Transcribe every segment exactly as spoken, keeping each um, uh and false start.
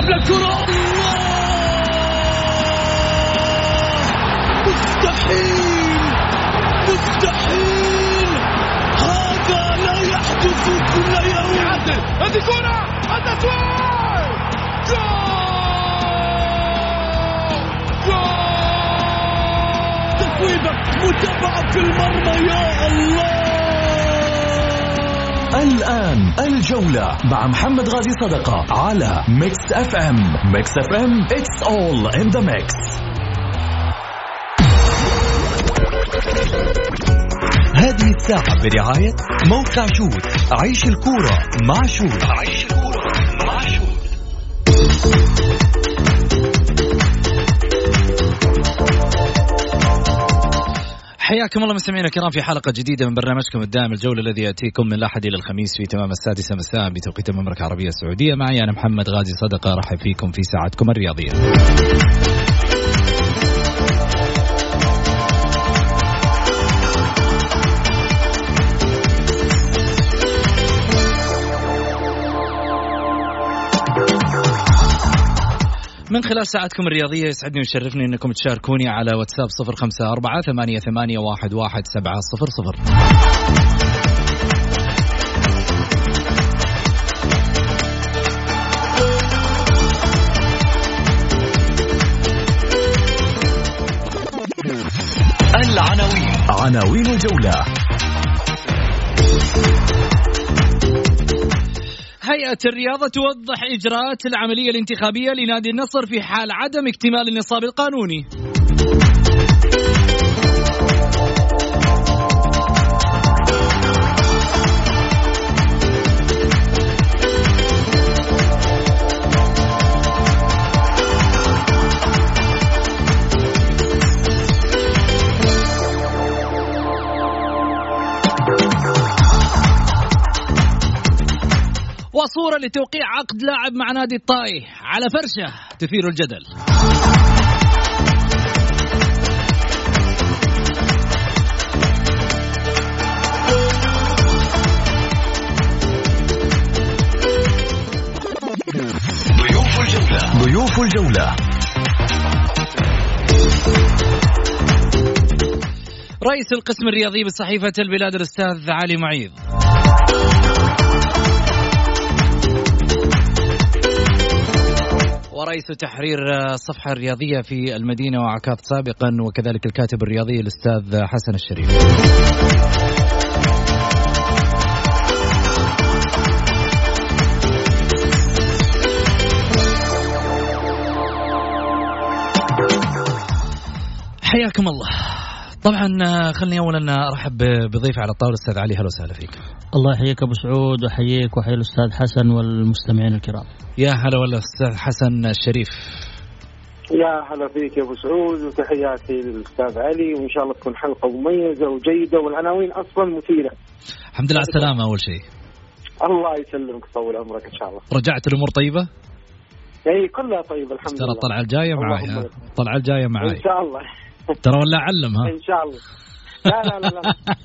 يلعب للكرة، مستحيل مستحيل، هذا لا يحدث كل يوم. يعدل هذه كرة التسويق، جول جول، تسويبة متابعة في المرمى، يا الله. الآن الجولة مع محمد غازي صدقة على ميكس اف ام. ميكس اف ام it's all in the mix. هذه الساعة برعاية موقع شوت. عيش الكورة مع شوت. عيش الكورة مع شوت. حياكم الله مستمعينا الكرام في حلقة جديدة من برنامجكم الدائم الجولة، الذي يأتيكم من الأحد إلى الخميس في تمام السادسة مساء بتوقيت المملكة العربية السعودية. معي أنا محمد غازي صدقة، رحب فيكم في ساعتكم الرياضية. من خلال ساعتكم الرياضية يسعدني ويشرفني أنكم تشاركوني على واتساب صفر خمسة أربعة ثمانية ثمانية واحد واحد سبعة صفر صفر. العناوين. عناوين الجولة. هيئة الرياضة توضح إجراءات العملية الانتخابية لنادي النصر في حال عدم اكتمال النصاب القانوني. وصورة لتوقيع عقد لاعب مع نادي الطائي على فرشة تثير الجدل. ضيوف الجولة. ضيوف الجولة. رئيس القسم الرياضي بصحيفة البلاد الأستاذ علي معيض. ورئيس تحرير الصفحة الرياضية في المدينة وعكاظ سابقا، وكذلك الكاتب الرياضي الأستاذ حسن الشريف. حياكم الله. طبعا خلني أولا أرحب بضيف على الطاولة الأستاذ علي. هلا وسهلا فيك. الله يحييك أبو سعود، وحييك وحيي الأستاذ حسن والمستمعين الكرام. يا هلا والله أستاذ حسن الشريف. يا هلا فيك يا أبو سعود، وتحياتي للأستاذ علي، وإن شاء الله تكون حلقة مميزة وجيدة، والعناوين أصلا مثيرة. الحمد لله على السلامة أول شيء. الله يسلمك، طول عمرك إن شاء الله. رجعت الأمور طيبة؟ أي كلها طيبة الحمد لله. ترى الطلعة الجاية معي، الطلعة الجاية معي إن شاء الله. ترى ولا أعلم ها؟ إن شاء الله. لا لا لا, لا.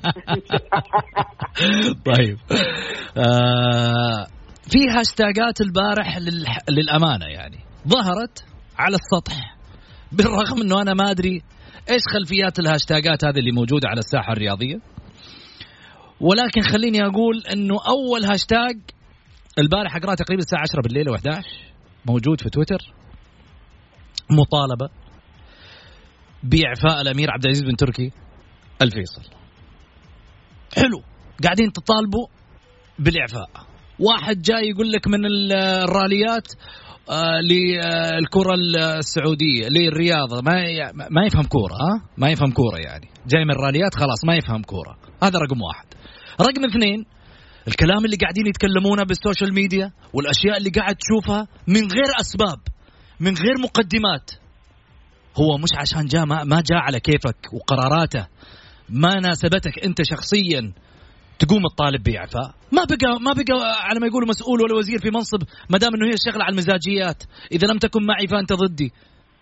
طيب آه في هاشتاجات البارح للح... للأمانة يعني ظهرت على السطح، بالرغم أنه أنا ما أدري إيش خلفيات الهاشتاجات هذه اللي موجودة على الساحة الرياضية، ولكن خليني أقول أنه أول هاشتاج البارح أقرأ تقريبا الساعة عشرة بالليل أو إحدى عشر موجود في تويتر: مطالبة بإعفاء الأمير عبد العزيز بن تركي الفيصل. حلو، قاعدين تطالبوا بالإعفاء. واحد جاي يقول لك من الراليات آه للكرة السعودية للرياضة ما ما يفهم كورة، ها ما يفهم كورة، يعني جاي من الراليات خلاص ما يفهم كورة. هذا رقم واحد. رقم اثنين، الكلام اللي قاعدين يتكلمونه بالسوشيال ميديا والأشياء اللي قاعد تشوفها من غير أسباب، من غير مقدمات. هو مش عشان جاء ما, ما جاء على كيفك وقراراته ما ناسبتك أنت شخصيا تقوم الطالب بإعفاء. ما بقى ما بقى على ما يقولوا مسؤول ولا وزير في منصب ما دام إنه هي الشغلة على المزاجيات. إذا لم تكن معي فأنت ضدي.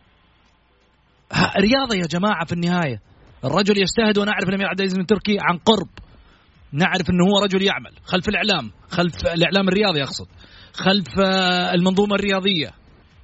رياضة يا جماعة في النهاية. الرجل يجتهد، ونعرف الأمير عبد العزيز بن تركي عن قرب، نعرف إنه هو رجل يعمل خلف الإعلام، خلف الإعلام الرياضي أقصد، خلف المنظومة الرياضية،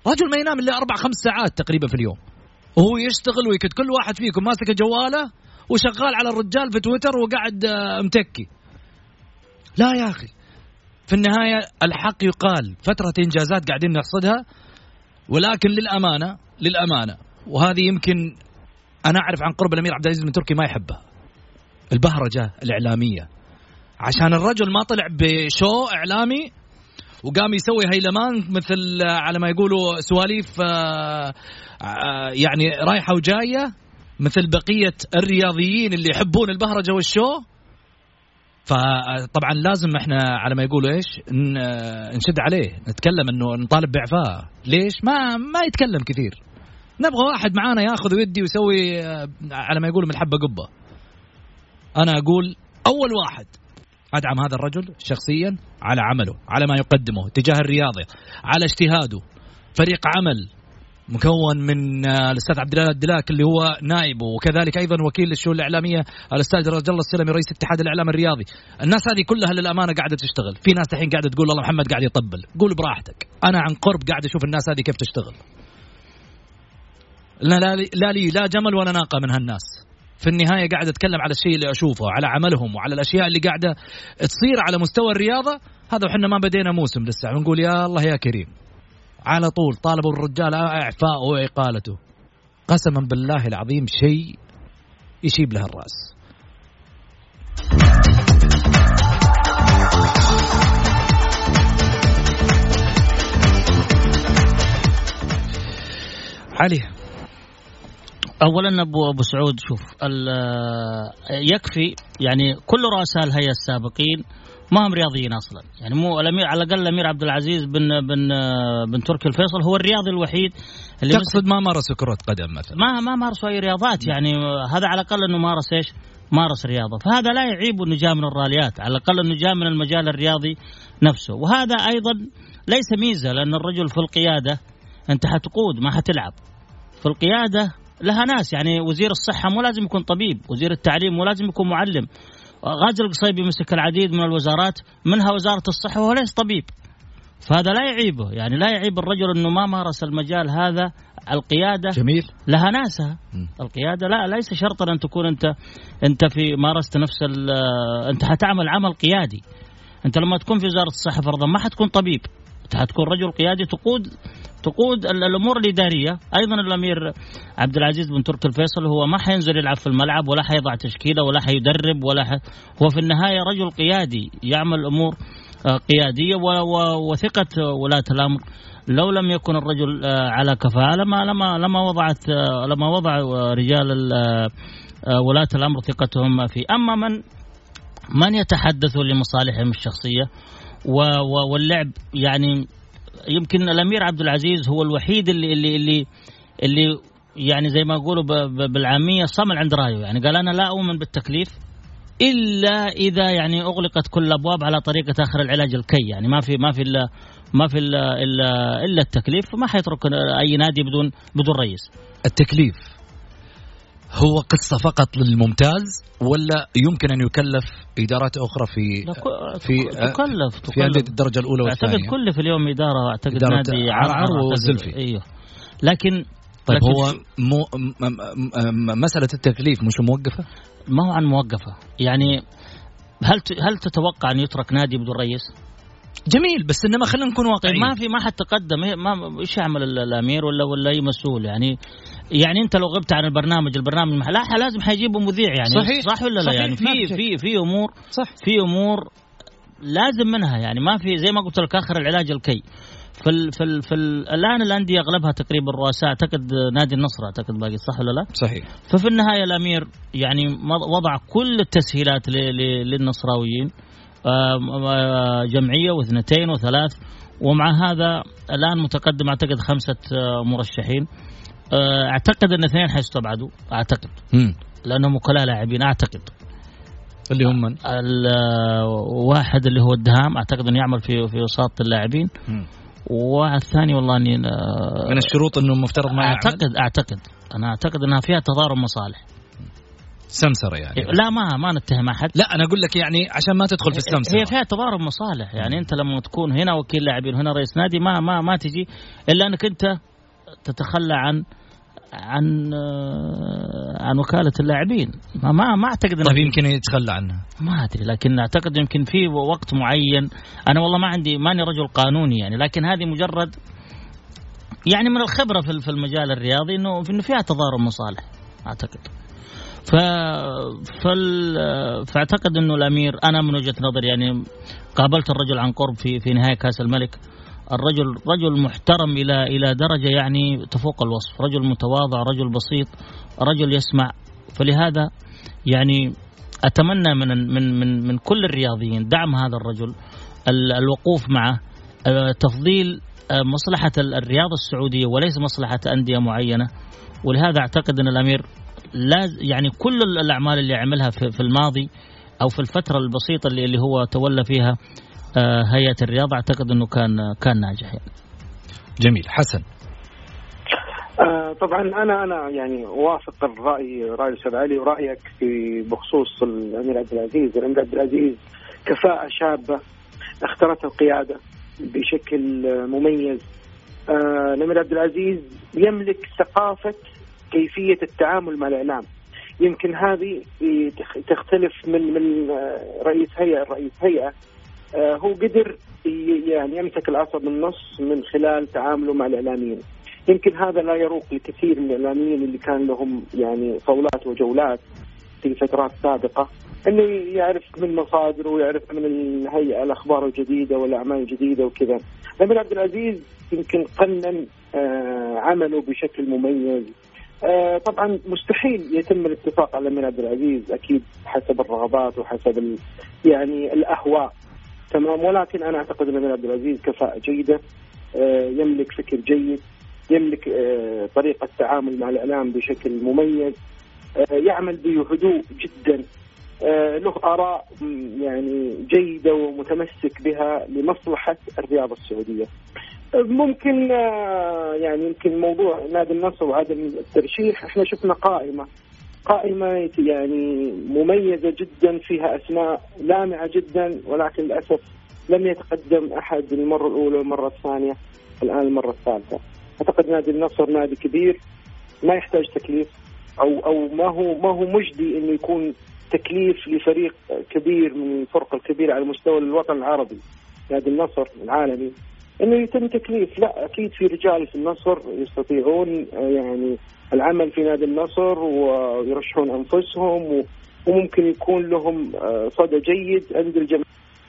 رجل ما ينام إلا أربع خمس ساعات تقريبا في اليوم، وهو يشتغل ويكد. كل واحد فيكم ماسك جواله وشغال على الرجال في تويتر وقاعد متكي. لا يا أخي، في النهاية الحق يقال، فترة إنجازات قاعدين نحصدها، ولكن للأمانة للأمانة وهذه يمكن أنا أعرف عن قرب الأمير عبد العزيز بن تركي ما يحبها، البهرجة الإعلامية. عشان الرجل ما طلع بشو إعلامي وقام يسوي هيلمان مثل على ما يقولوا سواليف يعني رايحة وجاية مثل بقية الرياضيين اللي يحبون البهرجة والشو. فطبعا لازم احنا على ما يقولوا ايش نشد عليه، نتكلم انه نطالب باعفاء. ليش ما ما يتكلم كثير؟ نبغى واحد معانا ياخذ ويدي ويسوي على ما يقولوا من الحبة قبة. انا اقول اول واحد ادعم هذا الرجل شخصيا على عمله، على ما يقدمه تجاه الرياضة، على اجتهاده. فريق عمل مكون من الاستاذ عبد الله الدلاك اللي هو نائبه، وكذلك ايضا وكيل الشؤون الاعلاميه الاستاذ رجل الله السلمي رئيس اتحاد الاعلام الرياضي. الناس هذه كلها للامانه قاعده تشتغل. في ناس الحين قاعده تقول والله محمد قاعد يطبل، قول براحتك. انا عن قرب قاعد اشوف الناس هذه كيف تشتغل. لا لا لا لي لا جمل ولا ناقه من هالناس. في النهايه قاعد اتكلم على الشيء اللي اشوفه، على عملهم وعلى الاشياء اللي قاعده تصير على مستوى الرياضه. هذا وحنا ما بدينا موسم لسه، ونقول يا الله يا كريم. على طول طالبوا الرجال إعفاءه وإقالته. قسما بالله العظيم شيء يشيب له الرأس. علي، أولا أبو أبو سعود، شوف يكفي يعني كل رؤساء الهيئة السابقين ما هم رياضيين اصلا، يعني مو الامير على الاقل الامير عبد العزيز بن بن بن تركي الفيصل هو الرياضي الوحيد اللي تقصد ما مارس كرة قدم مثلا، ما ما مارس اي رياضات، يعني هذا على الاقل انه مارس ايش؟ مارس رياضه، فهذا لا يعيب انه جاء من الراليات، على الاقل انه جاء من المجال الرياضي نفسه. وهذا ايضا ليس ميزه، لان الرجل في القياده انت حتقود ما حتلعب. في القياده لها ناس، يعني وزير الصحه مو لازم يكون طبيب، وزير التعليم مو لازم يكون معلم. غازي القصيبي مسك العديد من الوزارات منها وزارة الصحة وهو ليس طبيب، فهذا لا يعيبه، يعني لا يعيب الرجل أنه ما مارس المجال هذا. القيادة جميل لها ناسها، القيادة لا ليس شرطا أن تكون أنت أنت في مارست نفس أنت حتعمل عمل قيادي. أنت لما تكون في وزارة الصحة فرضا ما حتكون طبيب، حتكون رجل قيادي تقود تقود الامور الاداريه. ايضا الامير عبد العزيز بن تركي الفيصل هو ما حينزل يلعب في الملعب ولا حيضع تشكيله ولا حيدرب ولا ح... هو في النهايه رجل قيادي يعمل امور قياديه، وثقه ولاة الامر لو لم يكن الرجل على كفاءه لما لما لما وضعت لما وضع رجال ولاة الامر ثقتهم فيه. اما من من يتحدثوا لمصالحهم الشخصيه واللعب، يعني يمكن الأمير عبد العزيز هو الوحيد اللي اللي اللي, اللي يعني زي ما يقولوا بالعامية صمل عند رايه، يعني قال أنا لا أؤمن بالتكليف إلا إذا يعني أغلقت كل الأبواب على طريقة آخر العلاج الكي، يعني ما في ما في إلا ما في إلا إلا, إلا التكليف، فما حيترك أي نادي بدون بدون رئيس. التكليف هو قصة فقط للممتاز ولا يمكن أن يكلف إدارات أخرى في في تكلف في أندية الدرجة الأولى والثانية؟ أعتقد كل في اليوم إدارة، أعتقد نادي عرعر والزلفي. أيوه، لكن طيب لكن هو مو مسألة التكليف مش موقفة؟ ما هو عن موقفة، يعني هل هل تتوقع أن يترك نادي بدون رئيس؟ جميل، بس انما خلينا نكون واقعيين. طيب ما في ما حد تقدم، ما ايش يعمل الامير ولا ولا اي مسؤول، يعني يعني انت لو غبت عن البرنامج البرنامج لا لازم حيجيبوا مذيع، يعني صحيح. صح ولا لا؟ صحيح. يعني في في في امور صح. في امور لازم منها، يعني ما في زي ما قلت لك اخر العلاج الكي. في ال في ال في ال الان الانديه اغلبها تقريبا رؤساء، اعتقد نادي النصر اعتقد باقي، صح ولا لا؟ صحيح. ففي النهايه الامير يعني وضع كل التسهيلات للنصراويين، جمعية واثنتين وثلاث، ومع هذا الآن متقدم أعتقد خمسة مرشحين، أعتقد أن اثنين حيستبعدوا أعتقد م. لأنهم وكلاء لاعبين، أعتقد اللي هم من؟ واحد اللي هو الدهام أعتقد أنه يعمل في في وساط اللاعبين، والثاني والله أني من الشروط أنه مفترض ما أعتقد يعمل. أعتقد أنا أعتقد أنها فيها تضارب مصالح. سمسرة يعني. لا ما ما نتهم أحد. لا أنا أقول لك يعني عشان ما تدخل في السمسرة. هي فيها تضارب مصالح يعني. أنت لما تكون هنا وكيل لاعبين هنا رئيس نادي ما ما ما تجي إلا أنك أنت تتخلى عن عن عن وكالة اللاعبين. ما ما ما أعتقد. طيب يمكن يتخلى عنها ما أدري، لكن أعتقد يمكن في وقت معين. أنا والله ما عندي ماني رجل قانوني يعني، لكن هذه مجرد يعني من الخبرة في في المجال الرياضي إنه إنه فيها تضارب مصالح أعتقد. ف فال... فاعتقد انه الامير، انا من وجهة نظري يعني قابلت الرجل عن قرب في في نهاية كاس الملك. الرجل رجل محترم الى الى درجة يعني تفوق الوصف، رجل متواضع، رجل بسيط، رجل يسمع. فلهذا يعني اتمنى من من من من كل الرياضيين دعم هذا الرجل، الوقوف معه، تفضيل مصلحة الرياضة السعودية وليس مصلحة أندية معينة. ولهذا اعتقد ان الامير لا يعني كل الأعمال اللي عملها في الماضي أو في الفترة البسيطة اللي اللي هو تولى فيها هيئة الرياضة أعتقد أنه كان كان ناجح يعني. جميل. حسن. آه طبعا أنا أنا يعني وافق الرأي رأي الأستاذ علي ورأيك في بخصوص الأمير عبد العزيز. الأمير عبد العزيز كفاءة شابة اختارتها القيادة بشكل مميز. آه الأمير عبد العزيز يملك ثقافة كيفية التعامل مع الإعلام. يمكن هذه تختلف من من رئيس هيئة رئيس هيئة. هو قدر يعني يمسك العصا بالنص من خلال تعامله مع الإعلاميين. يمكن هذا لا يروق لكثير من الإعلاميين اللي كان لهم يعني صولات وجولات في فترات سابقة، إنه يعرف من مصادره ويعرف من الهيئة الأخبار الجديدة والأعمال الجديدة وكذا. الأمير عبد العزيز يمكن قنن عمله بشكل مميز. آه طبعا مستحيل يتم الاتفاق على الأمير عبد العزيز أكيد حسب الرغبات وحسب ال يعني الأهواء، تمام. ولكن أنا أعتقد أن الأمير عبد العزيز كفاءة جيدة، آه يملك فكر جيد، يملك آه طريقة تعامل مع الإعلام بشكل مميز، آه يعمل بهدوء جدا، آه له آراء يعني جيدة ومتمسك بها لمصلحة الرياضة السعودية. ممكن يعني يمكن موضوع نادي النصر وعدم الترشيح، احنا شفنا قائمة قائمة يعني مميزة جدا فيها أسماء لامعة جدا، ولكن للأسف لم يتقدم أحد المرة الأولى والمرة الثانية، الآن المرة الثالثة. أعتقد نادي النصر نادي كبير ما يحتاج تكليف، أو أو ما هو ما هو مجدي إنه يكون تكليف لفريق كبير من الفرق الكبيرة على مستوى الوطن العربي نادي النصر العالمي إنه يتم تكليف. لا، أكيد في رجال في النصر يستطيعون يعني العمل في نادي النصر ويرشحون أنفسهم، وممكن يكون لهم صدى جيد عند الجميع.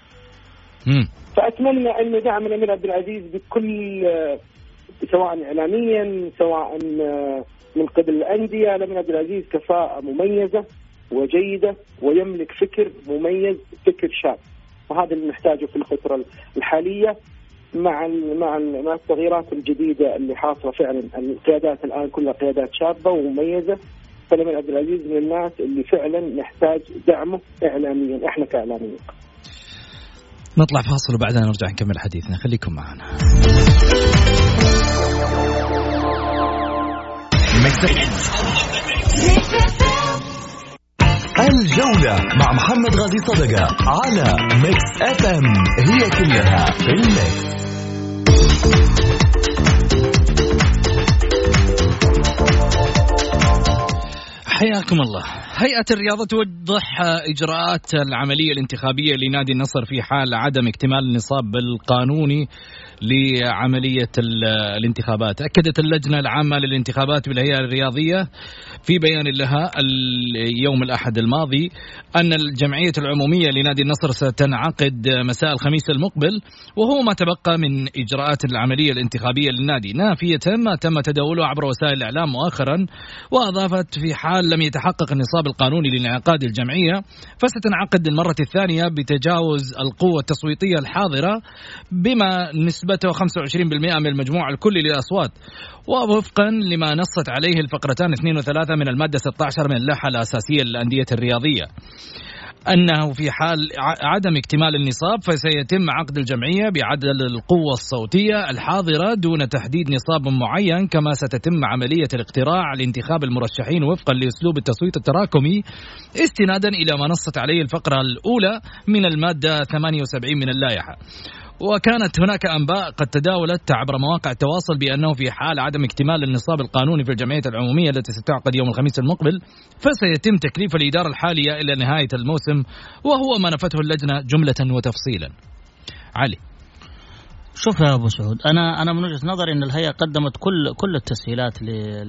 فأتمنى أن دعم الأمير عبد العزيز بكل، سواء إعلاميا سواء من قبل الأندية. الأمير عبد العزيز كفاءة مميزة وجيدة ويملك فكر مميز، فكر شاب، وهذا اللي نحتاجه في الفترة الحالية مع مع مع التغييرات الجديدة اللي حاصلة. فعلا القيادات الآن كلها قيادات شابة ومميزة، فالأمير عبد العزيز من الناس اللي فعلا نحتاج دعمه إعلاميا، إحنا كإعلاميين. نطلع فاصل وبعدها نرجع نكمل حديثنا، خليكم معنا. الجولة مع محمد غازي صدقة على ميكس اف ام، هي كلها في الميكس. حياكم الله. هيئة الرياضة توضح إجراءات العملية الانتخابية لنادي النصر في حال عدم اكتمال النصاب القانوني لعملية الانتخابات. أكدت اللجنة العامة للانتخابات بالهيئة الرياضية في بيان لها اليوم الأحد الماضي أن الجمعية العمومية لنادي النصر ستنعقد مساء الخميس المقبل، وهو ما تبقى من إجراءات العملية الانتخابية للنادي، نافية ما تم تداوله عبر وسائل الإعلام مؤخرا. وأضافت في حال لم يتحقق النصاب القانوني لانعقاد الجمعية فستنعقد للمرة الثانية بتجاوز القوة التصويتية الحاضرة بما نسبته خمسة وعشرين بالمئة من المجموع الكلي للأصوات، ووفقا لما نصت عليه الفقرتان اثنين وثلاثة من المادة ستة عشر من اللائحة الأساسية للأندية الرياضية. أنه في حال عدم اكتمال النصاب فسيتم عقد الجمعية بعدل القوة الصوتية الحاضرة دون تحديد نصاب معين، كما ستتم عملية الاقتراع لانتخاب المرشحين وفقا لأسلوب التصويت التراكمي استنادا إلى ما نصت عليه الفقرة الأولى من المادة ثمانية وسبعين من اللائحة. وكانت هناك أنباء قد تداولت عبر مواقع التواصل بأنه في حال عدم اكتمال النصاب القانوني في الجمعية العمومية التي ستعقد يوم الخميس المقبل فسيتم تكليف الإدارة الحالية إلى نهاية الموسم، وهو ما نفته اللجنة جملة وتفصيلا. علي، شوف يا أبو سعود، أنا أنا من وجهة نظري أن الهيئة قدمت كل كل التسهيلات ل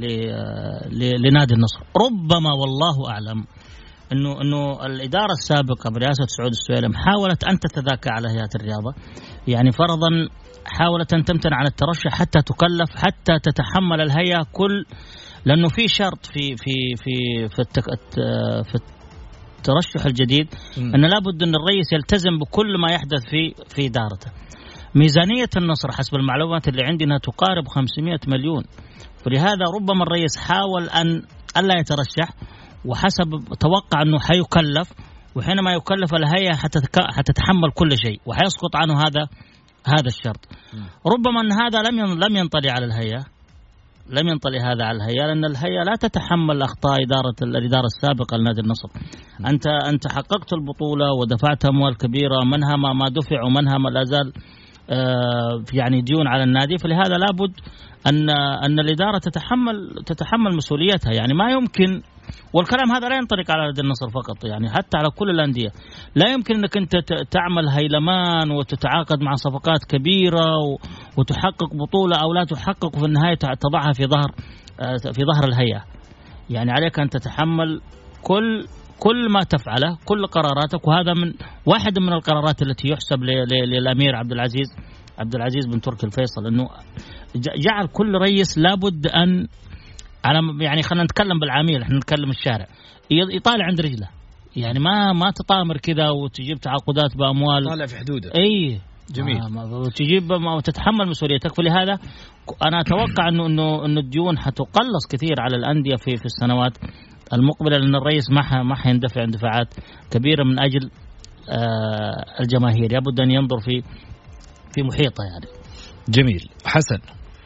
ل لنادي النصر. ربما والله أعلم إنه إنه الإدارة السابقة برئاسة سعود السويلم حاولت أن تتذاكى على هيئة الرياضة، يعني فرضا حاولت أن تمتنع عن الترشح حتى تكلف، حتى تتحمل الهيئة كل، لأنه في شرط في في في في, التك... في الترشح الجديد م. أن لابد أن الرئيس يلتزم بكل ما يحدث في في إدارته. ميزانية النصر حسب المعلومات اللي عندنا تقارب خمسمائة مليون، ولهذا ربما الرئيس حاول أن ألا يترشح، وحسب توقع أنه حيكلف، وحينما يكلف الهيئة حتتحمل كل شيء وحيسقط عنه هذا هذا الشرط. ربما أن هذا لم لم ينطلي على الهيئة، لم ينطلي هذا على الهيئة، لأن الهيئة لا تتحمل أخطاء إدارة الإدارة السابقة لنادي النصر. أنت أنت حققت البطولة ودفعت أموال كبيرة، منها ما ما دفع ومنها ما لا زال آه يعني ديون على النادي، فلهذا لابد أن أن الإدارة تتحمل تتحمل مسؤوليتها. يعني ما يمكن، والكلام هذا لا ينطبق على نادي النصر فقط، يعني حتى على كل الأندية. لا يمكن أنك أنت تعمل هيلمان وتتعاقد مع صفقات كبيرة وتحقق بطولة أو لا تحقق، في النهاية تضعها في ظهر في ظهر الهيئة. يعني عليك أن تتحمل كل كل ما تفعله، كل قراراتك، وهذا من واحد من القرارات التي يحسب للأمير عبد العزيز عبد العزيز بن تركي الفيصل، أنه جعل كل رئيس لابد أن، على يعني خلينا نتكلم بالعامية، احنا نتكلم الشارع، يطالع عند رجله، يعني ما ما تطامر كذا وتجيب تعاقدات بأموال، طالع في حدوده. اي جميل. وتجيب وتتحمل مسؤوليتك. فلهذا انا اتوقع انه انه انه الديون حتقلص كثير على الأندية في في السنوات المقبلة، لأن الرئيس ما ما حيندفع اندفاعات كبيرة من أجل آه الجماهير، لابد أن ينظر في في محيطه يعني. جميل. حسن،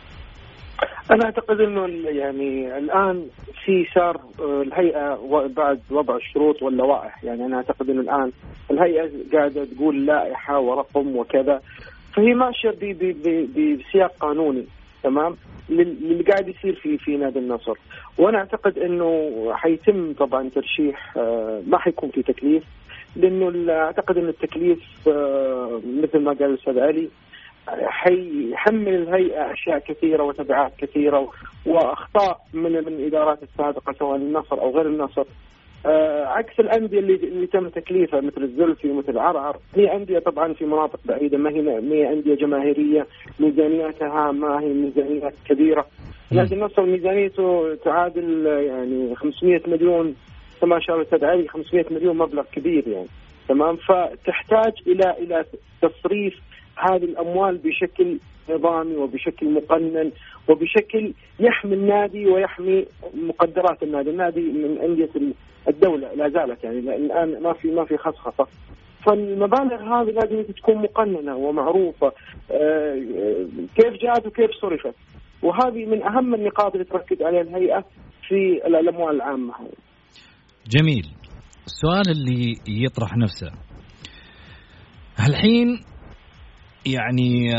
أنا أعتقد أنه يعني الآن في صار الهيئة بعد وضع الشروط واللوائح، يعني أنا أعتقد أنه الآن الهيئة قاعدة تقول لائحة ورقم وكذا، فهي ماشية بسياق قانوني تمام اللي قاعد يصير في في نادي النصر. وأنا أعتقد أنه حيتم طبعا ترشيح، ما حيكون في تكليف، لأنه أعتقد أن التكليف مثل ما قال الأستاذ علي حيحمل الهيئة أشياء كثيرة وتبعات كثيرة وأخطاء من من الإدارات السابقة سواء النصر أو غير النصر، آه عكس الأندية اللي, اللي تم تكليفها مثل الزلفي ومثل عرعر. هي أندية طبعا في مناطق بعيدة، ما هي ما هي أندية جماهيرية ميزانياتها ما هي ميزانيات كبيرة. نادي النصر ميزانيته تعادل يعني خمسمائة مليون، كما شاء الله تدعي خمسمائة مليون، مبلغ كبير يعني تمام. فتحتاج إلى إلى تصريف هذه الأموال بشكل نظامي وبشكل مقنن وبشكل يحمي النادي ويحمي مقدرات النادي. النادي من أندية الدولة لا زالت، يعني الآن ما في ما في خصخصة، فالمبالغ هذه لازم تكون مقننة ومعروفة كيف جاءت وكيف صرفت، وهذه من أهم النقاط اللي تركز عليها الهيئة في الأموال العامة. جميل. السؤال اللي يطرح نفسه الحين، يعني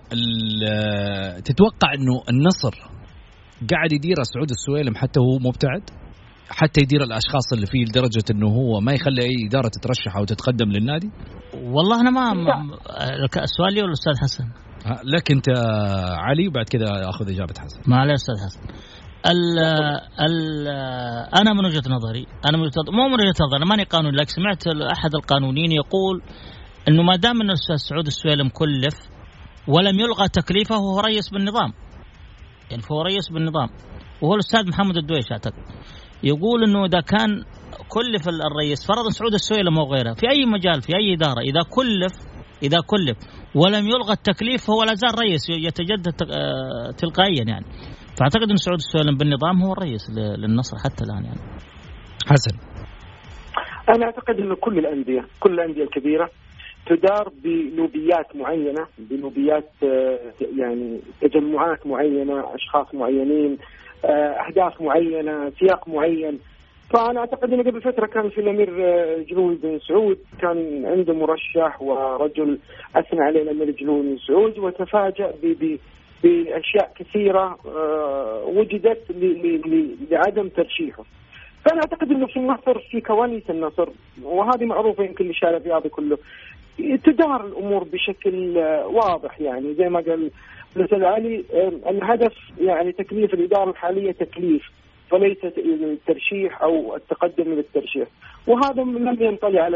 تتوقع أنه النصر قاعد يدير سعود السويلم حتى هو مبتعد، حتى يدير الأشخاص اللي فيه لدرجة أنه هو ما يخلي أي إدارة تترشح أو تتقدم للنادي؟ والله أنا ما السؤال لي ولا الأستاذ حسن؟ لك أنت علي وبعد كذا أخذ إجابة حسن. ما عليه أستاذ حسن. ال ال أنا من وجهة نظري، أنا من وجهة مو من وجهة نظري، أنا ماني قانوني، لكن سمعت أحد القانونيين يقول إنه ما دام إن الأستاذ سعود السويلم كلف ولم يلغى تكليفه هو رئيس بالنظام، يعني فهو رئيس بالنظام. وهو الأستاذ محمد الدويش أعتقد يقول إنه إذا كان كلف الرئيس فرضا سعود السويلم أو غيره في أي مجال في أي إدارة، إذا كلف إذا كلف ولم يلغى التكليف فهو لا زال رئيس يتجدد تلقائيا يعني. فأعتقد إن سعود السويلم بالنظام هو الرئيس للنصر حتى الآن يعني. حسن، أنا أعتقد أن كل الأندية كل الأندية الكبيرة تدار بلوبيات معينة، بلوبيات يعني تجمعات معينة، أشخاص معينين، أهداف معينة، سياق معين. فأنا أعتقد أن قبل فترة كان في الأمير جلول بن سعود كان عنده مرشح ورجل أثنى عليه الأمير جلول بن سعود، وتفاجأ بأشياء كثيرة وجدت لعدم ترشيحه. فأنا أعتقد أنه في النصر في كواليس النصر، وهذه معروفة يمكن للشارع الرياضي كله، تدار الأمور بشكل واضح. يعني زي ما قال الأستاذ علي، الهدف يعني تكليف الإدارة الحالية تكليف، فليس الترشيح أو التقدم من الترشيح، وهذا لم ينطلي على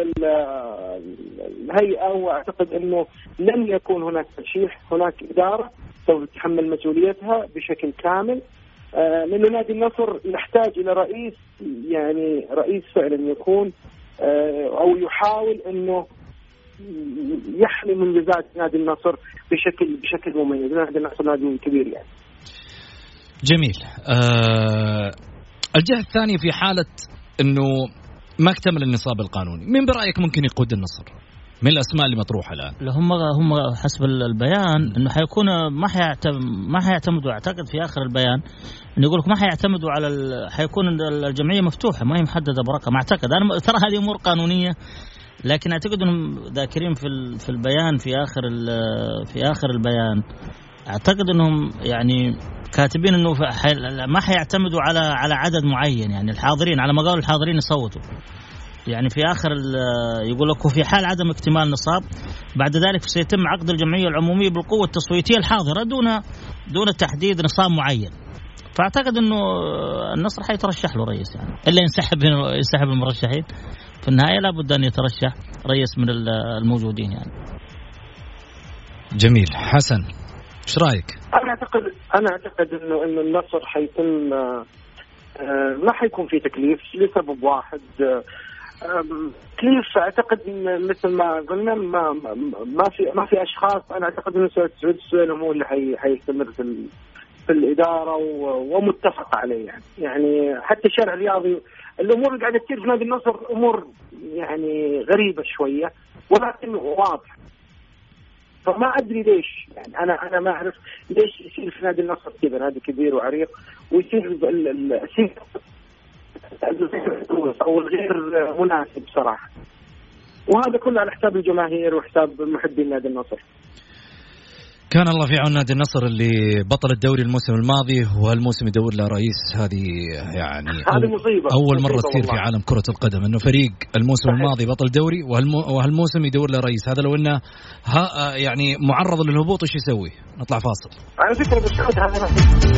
الهيئة. وأعتقد أنه لن يكون هناك ترشيح، هناك إدارة سوف تتحمل مسؤوليتها بشكل كامل، لأنه نادي النصر يحتاج إلى رئيس، يعني رئيس فعلا يكون أو يحاول أنه يحمي منجزات نادي النصر بشكل بشكل مميز. نادي النصر نادي كبير يعني. جميل. أه الجهة الثانية في حالة أنه ما اكتمل النصاب القانوني، مين برأيك ممكن يقود النصر من الأسماء اللي مطروحة الآن؟ هم هم حسب البيان إنه حيكون ما حيعتمد ما حيعتمدوا، أعتقد في آخر البيان إنه يقولك ما حيعتمدوا على ال... حيكون الجمعية مفتوحة، ما هي محددة برقم. أعتقد أنا ترى هذه أمور قانونية، لكن أعتقد إنهم ذاكرين في ال... في البيان في آخر ال... في آخر البيان أعتقد إنهم يعني كاتبين إنه حي... ما حيعتمدوا على على عدد معين، يعني الحاضرين على ما قالوا الحاضرين يصوتوا. يعني في آخر يقول لك وفي حال عدم اكتمال نصاب بعد ذلك سيتم عقد الجمعية العمومية بالقوة التصويتية الحاضرة دون دون تحديد نصاب معين. فأعتقد إنه النصر حيترشح له رئيس، يعني إلا ينسحب ينسحب المرشحين في النهاية لابد أن يترشح رئيس من الموجودين يعني. جميل. حسن إيش رأيك؟ أنا أعتقد أنا أعتقد إنه إنه النصر حيتم ما حيكون في تكليف لسبب واحد. كيف اعتقد مثل ما قلنا ما ما في ما في اشخاص. انا اعتقد انه سعود السويلم هو اللي حيستمر في في الاداره ومتفق عليه يعني. يعني حتى الشارع الرياضي الامور اللي قاعده تصير في نادي النصر امور يعني غريبه شويه ولكن واضح. فما ادري ليش يعني انا انا ما اعرف ليش يصير في نادي النصر كذا، نادي كبير وعريق ويصير السير أو الغير مناسب صراحة، وهذا كله على حساب الجماهير وحساب محبين نادي النصر. كان الله في عون نادي النصر اللي بطل الدوري الموسم الماضي وهالموسم يدور له رئيس. هذه يعني هذه مصيبة أول مرة تصير في عالم كرة القدم إنه فريق الموسم صحيح. الماضي بطل دوري وهالموسم يدور له رئيس. هذا لو إنه يعني معرض للهبوط إيش يسوي؟ نطلع فاصل. على فكرة بسعود هذا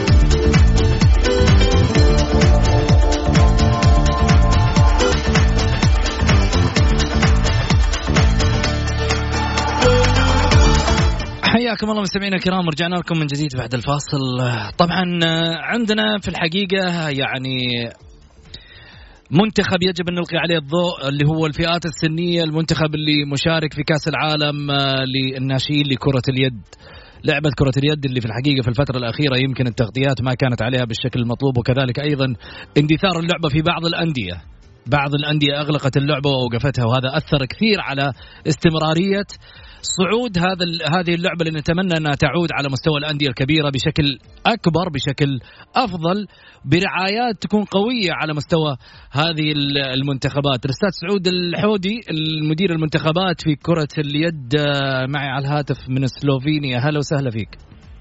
حياكم الله مستمعينا الكرام، ورجعنا لكم من جديد بعد الفاصل. طبعا عندنا في الحقيقة يعني منتخب يجب أن نلقي عليه الضوء اللي هو الفئات السنية، المنتخب اللي مشارك في كأس العالم للناشئين لكرة اليد، لعبة كرة اليد اللي في الحقيقة في الفترة الأخيرة يمكن التغطيات ما كانت عليها بالشكل المطلوب، وكذلك أيضا اندثار اللعبة في بعض الأندية. بعض الأندية أغلقت اللعبة ووقفتها، وهذا أثر كثير على استمرارية صعود هذا هذه اللعبة اللي نتمنى أنها تعود على مستوى الأندية الكبيرة بشكل أكبر بشكل أفضل برعايات تكون قوية على مستوى هذه المنتخبات. الأستاذ سعود الحودي المدير المنتخبات في كرة اليد معي على الهاتف من سلوفينيا، هلا وسهلا فيك.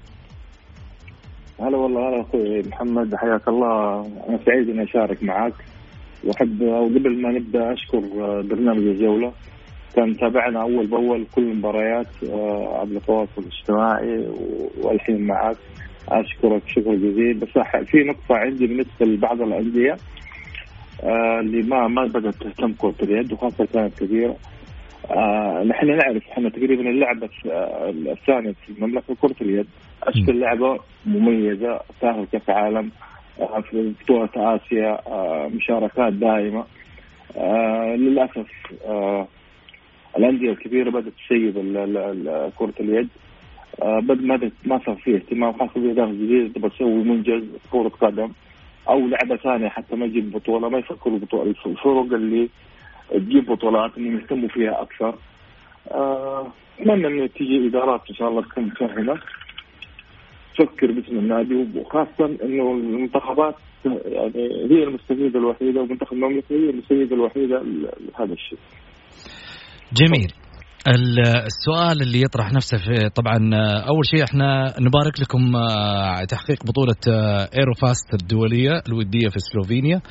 هلا والله. هلا أخوي محمد، حياك الله. أنا سعيد أن أشارك معك، وأحب وقبل ما نبدأ أشكر برنامج الجولة، كان تابعنا أول بأول كل المباريات عبر التواصل الاجتماعي والحين معك. أشكرك شكر جزيل. بس في نقطة عندي بالنسبة لبعض الأندية اللي ما ما بدأت تهتم كرة اليد وخاصة كانت كبيرة. نحن نعرف احنا تقريبا اللعبة الثانية في المملكة كرة اليد، أشكال لعبة مميزة، تأهل كأس عالم في بطولة آسيا، مشاركات دائمة. للأسف الأندية الكبيرة بدأت تسيب كرة اليد، بدأ ما ما صار فيه اهتمام، خاصة بالإدارة الجديدة تبغى تسوي منجز كرة قدم أو لعبة ثانية حتى ما يجيب بطولة، ما يفكروا بطولة الفرق اللي تجيب بطولات إنهم يهتموا فيها أكثر. أتمنى أن تيجي إدارات إن شاء الله تكون مفهمة تفكر باسم النادي، وخاصة إنه المنتخبات يعني هي المستفيدة الوحيدة، ومنتخب المملكة هي المستفيدة الوحيدة لهذا الشيء. جميل. السؤال اللي يطرح نفسه في طبعا أول شيء احنا نبارك لكم تحقيق بطولة ايروفاست الدولية الودية في سلوفينيا،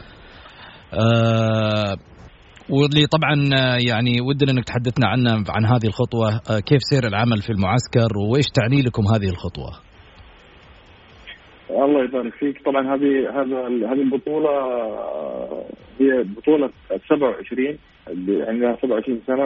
واللي طبعا يعني ودنا انك تحدثنا عنه عن هذه الخطوة، كيف سير العمل في المعسكر وإيش تعني لكم هذه الخطوة؟ الله يبارك فيك. طبعا هذه هذا هذه البطولة هي بطولة سبعة وعشرين اللي عندها سبعة وعشرين سنة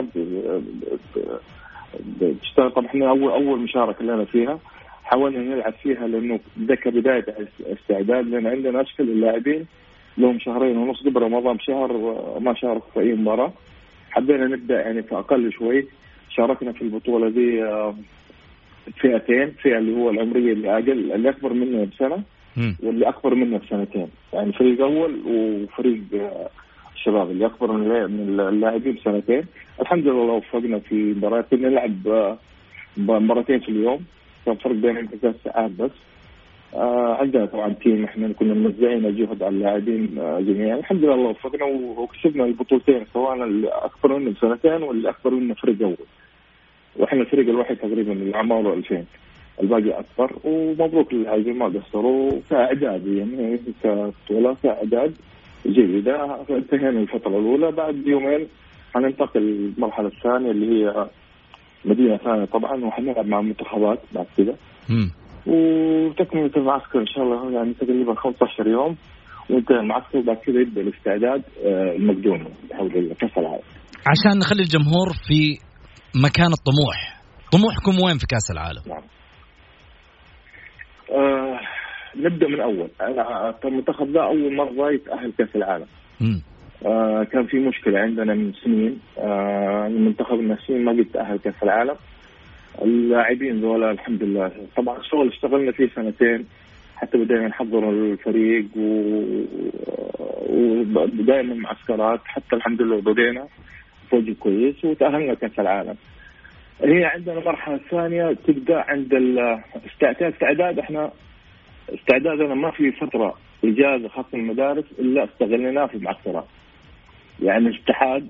بتشتغل. طبعا احنا أول أول مشاركة لنا فيها، حاولنا نلعب فيها لأنه ده كبداية استعداد، لأن عندنا أشكال اللاعبين لهم شهرين ونص قبل رمضان بشهر ما شاركوا في أي مباراة. حبينا نبدأ يعني في أقل شوي. شاركنا في البطولة دي فئتين، فئة اللي هو العمرية اللي أقل اللي أكبر منه بسنة واللي أكبر منه بسنتين، يعني فريق أول وفريق الشباب اللي أكبر من اللاعبين بسنتين. الحمد لله وفقنا في مباريات، كنا نلعب مرتين في اليوم، كان فرق بين ثلاث ساعات بس. آه عندنا طبعا تيم، احنا كنا موزعين الجهد على اللاعبين آه جميعا. الحمد لله وفقنا وكسبنا البطولتين، سواء اللي أكبر منه بسنتين واللي أكبر منه فريق أول، واحنا الفريق الواحد تقريبا اللي عمره ألفين، الباقي أكبر. ومبروك لللاعبين ما قصروا كإعداد، يعني كبطولة كإعداد جيدة. انتهينا الفترة الأولى، بعد يومين هننتقل للمرحلة الثانية اللي هي مدينة ثانية طبعا، وحنلعب مع منتخبات بعد كده. وتكملة المعسكر إن شاء الله يعني تقريبا خمسة عشر يوم وانتهى المعسكر، بعد كده يبدأ الاستعداد المقدوني حول كأس العالم. عشان نخلي الجمهور في مكان الطموح، طموحكم وين في كأس العالم؟ نعم. آه نبدأ من أول. المنتخب ده أول مرة يتأهل كأس العالم. آه كان في مشكلة عندنا من سنين، آه المنتخب الناشئين ما قد تأهل كأس العالم. اللاعبين ذولا الحمد لله طبعا الشغل اشتغلنا فيه سنتين، حتى بدأنا نحضر الفريق ودائما معسكرات، حتى الحمد لله بدينا فوز كويس وتأهلنا كأس العالم. هي عندنا مرحلة ثانية تبدأ عند الاستعداد. استعداد احنا استعدادنا ما في فترة إجازة خاصة المدارس إلا استغلناه في المعسكرات. يعني الاتحاد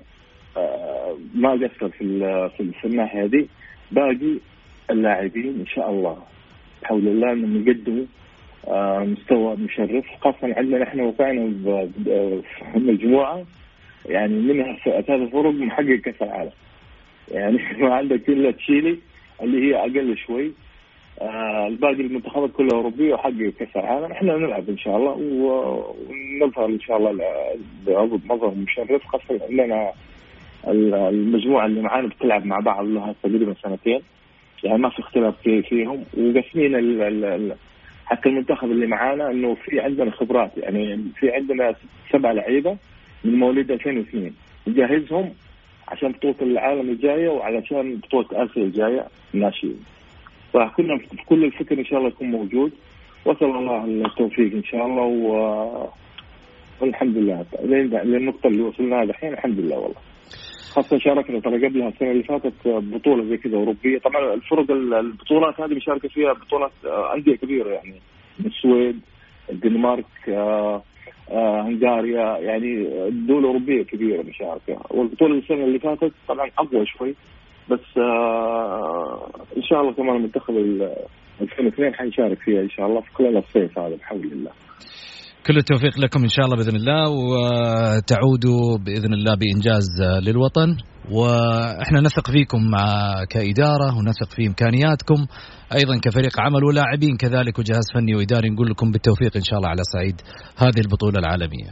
ما قصر في في الناحية هذه. باقي اللاعبين إن شاء الله بحول الله إنهم يقدموا مستوى مشرف، خاصة عندنا نحن وقعنا في المجموعة يعني منها ثلاث فرق محقق كأس العالم. يعني ما عندك إلا تشيلي اللي هي أقل شوي، آه الباقي المنتخبات كلها أوروبية وحقق كأس العالم. إحنا نلعب إن شاء الله ونظهر إن شاء الله بعرض مظهر مشرف، خاصة عندنا المجموعة اللي معانا بتلعب مع بعض لها تقريبا سنتين، يعني ما في اختلاف فيهم. وقسمين حتى المنتخب اللي معانا إنه في عندنا خبرات، يعني في عندنا سبع لعيبة من مواليد ألفين واثنين نجهزهم عشان بطولة العالم الجاية وعلشان بطولة آسيا الجاية الناشئين. فكنا في كل الفكر إن شاء الله يكون موجود، وصل الله التوفيق إن شاء الله. والحمد لله للنقطة اللي وصلنا الحين الحمد لله والله. خاصة شاركنا ترى قبلها السنة اللي فاتت بطولة زي كذا أوروبية. طبعا الفرق البطولات هذه بيشارك فيها بطولات أندية كبيرة، يعني السويد، الدنمارك، آه آه هنغاريا، يعني دولة أوروبية كبيرة مشاركة. والبطولة السنة اللي فاتت طبعا أقوى شوي، بس آه إن شاء الله كمان المنتخب ألفين واثنين حيشارك فيها إن شاء الله في خلال الصيف هذا بحول الله. كل التوفيق لكم إن شاء الله بإذن الله، وتعودوا بإذن الله بإنجاز للوطن. وإحنا نثق فيكم مع كإدارة ونثق في إمكانياتكم أيضا كفريق عمل ولاعبين كذلك وجهاز فني وإداري. نقول لكم بالتوفيق إن شاء الله على صعيد هذه البطولة العالمية.